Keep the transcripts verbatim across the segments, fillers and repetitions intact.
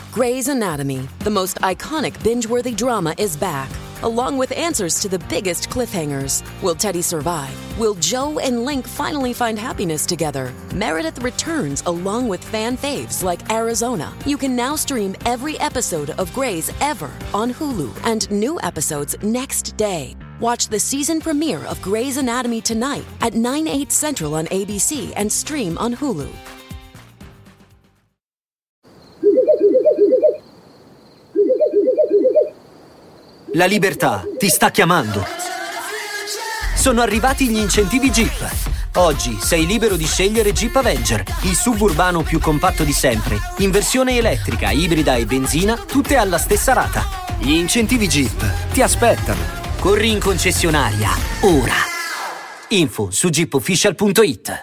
Grey's Anatomy, the most iconic binge-worthy drama, is back, along with answers to the biggest cliffhangers. Will Teddy survive? Will Joe and Link finally find happiness together? Meredith returns along with fan faves like Arizona. You can now stream every episode of Grey's ever on Hulu, and new episodes next day. Watch the season premiere of Grey's Anatomy tonight at nine, eight Central on A B C and stream on Hulu. La libertà ti sta chiamando. Sono arrivati gli incentivi Jeep. Oggi sei libero di scegliere Jeep Avenger, il suburbano più compatto di sempre, in versione elettrica, ibrida e benzina, tutte alla stessa rata. Gli incentivi Jeep ti aspettano. Corri in concessionaria, ora. Info su jeep official punto it.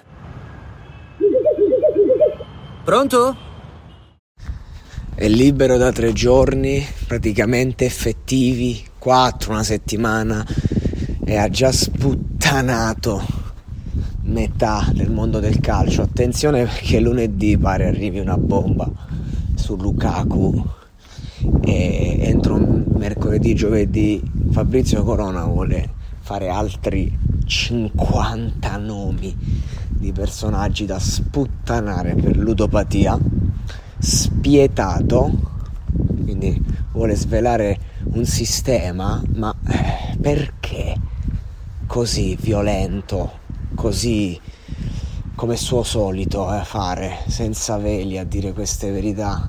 Pronto? È libero da tre giorni, praticamente effettivi, quattro, una settimana, e ha già sputtanato metà del mondo del calcio. Attenzione, perché lunedì pare arrivi una bomba su Lukaku e entro mercoledì, giovedì Fabrizio Corona vuole fare altri cinquanta nomi di personaggi da sputtanare per ludopatia, spietato, quindi vuole svelare un sistema, ma perché così violento, così come suo solito a fare, senza veli, a dire queste verità?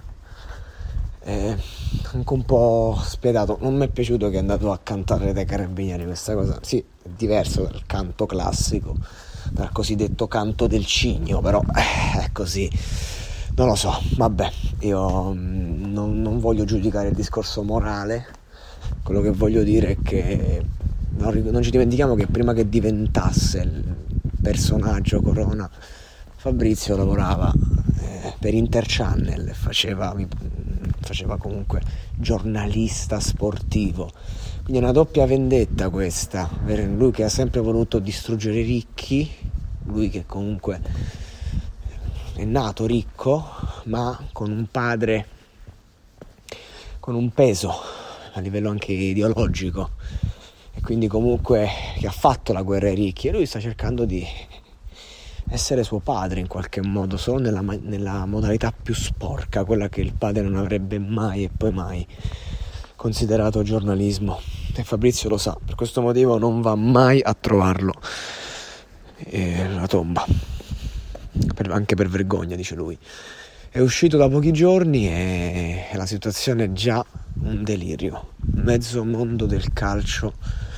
Eh, anche un po' spietato. Non mi è piaciuto che è andato a cantare dai carabinieri, questa cosa sì, è diverso dal canto classico, dal cosiddetto canto del cigno, però eh, è così. Non lo so, vabbè, io non, non voglio giudicare il discorso morale. Quello che voglio dire è che non, non ci dimentichiamo che prima che diventasse il personaggio Corona, Fabrizio lavorava eh, per Interchannel, faceva, faceva comunque giornalista sportivo. Quindi è una doppia vendetta questa, lui che ha sempre voluto distruggere i ricchi, lui che comunque è nato ricco, ma con un padre con un peso a livello anche ideologico, e quindi comunque che ha fatto la guerra ai ricchi, e lui sta cercando di essere suo padre in qualche modo, solo nella, nella modalità più sporca, quella che il padre non avrebbe mai e poi mai considerato giornalismo, e Fabrizio lo sa, per questo motivo non va mai a trovarlo e la tomba. Per, anche per vergogna, dice lui. È uscito da pochi giorni e la situazione è già un delirio. Mezzo mondo del calcio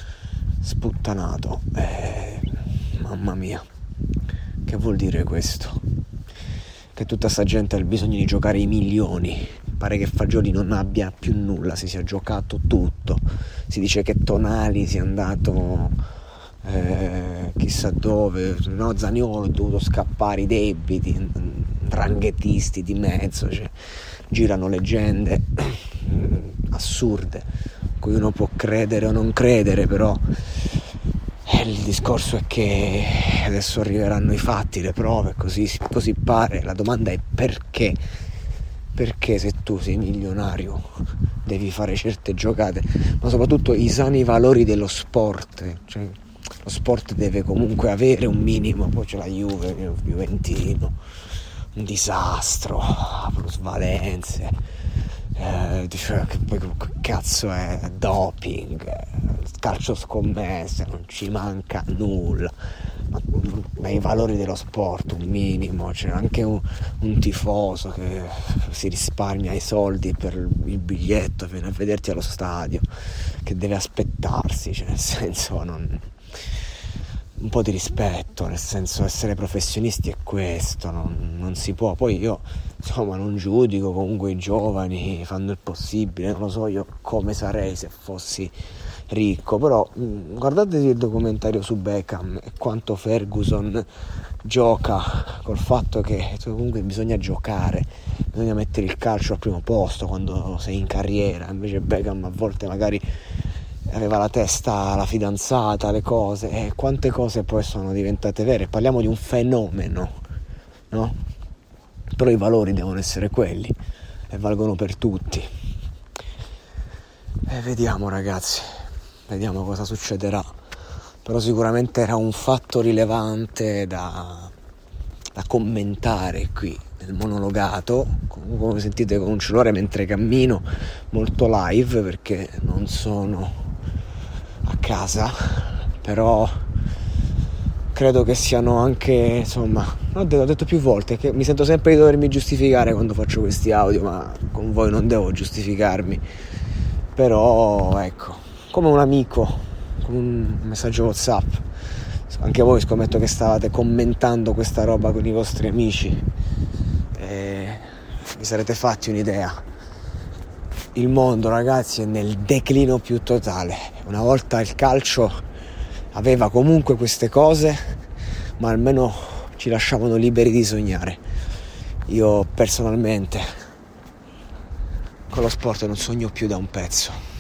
sputtanato. Eh, mamma mia, che vuol dire questo? Che tutta sta gente ha il bisogno di giocare i milioni. Pare che Fagioli non abbia più nulla, si sia giocato tutto. Si dice che Tonali sia andato Eh, chissà dove, no? Zaniolo è dovuto scappare, i debiti, ranghetisti di mezzo, cioè, girano leggende assurde cui uno può credere o non credere, però eh, il discorso è che adesso arriveranno i fatti, le prove, così, così pare. La domanda è perché perché se tu sei milionario devi fare certe giocate, ma soprattutto i sani valori dello sport, cioè lo sport deve comunque avere un minimo. Poi c'è la Juve, il Juventino, un disastro, plusvalenze, eh, cioè, che poi che cazzo è doping, calcio scommesse, non ci manca nulla, ma, ma i valori dello sport un minimo. C'è anche un, un tifoso che si risparmia i soldi per il biglietto, viene a vederti allo stadio, che deve aspettarsi, cioè nel senso, non un po' di rispetto, nel senso, essere professionisti è questo, non, non si può. Poi io insomma non giudico, comunque i giovani fanno il possibile, non lo so io come sarei se fossi ricco, però mh, guardatevi il documentario su Beckham e quanto Ferguson gioca col fatto che comunque bisogna giocare, bisogna mettere il calcio al primo posto quando sei in carriera. Invece Beckham a volte magari aveva la testa la fidanzata, le cose, e quante cose poi sono diventate vere. Parliamo di un fenomeno, no? Però i valori devono essere quelli, e valgono per tutti. E vediamo ragazzi, vediamo cosa succederà. Però sicuramente era un fatto rilevante da, da commentare qui nel monologato, come sentite con un cellulare mentre cammino, molto live perché non sono a casa, però credo che siano anche, insomma, ho detto, ho detto più volte che mi sento sempre di dovermi giustificare quando faccio questi audio, ma con voi non devo giustificarmi, però ecco, come un amico, come un messaggio WhatsApp, anche voi scommetto che stavate commentando questa roba con i vostri amici e vi sarete fatti un'idea. Il mondo ragazzi è nel declino più totale. Una volta il calcio aveva comunque queste cose, ma almeno ci lasciavano liberi di sognare. Io personalmente con lo sport non sogno più da un pezzo.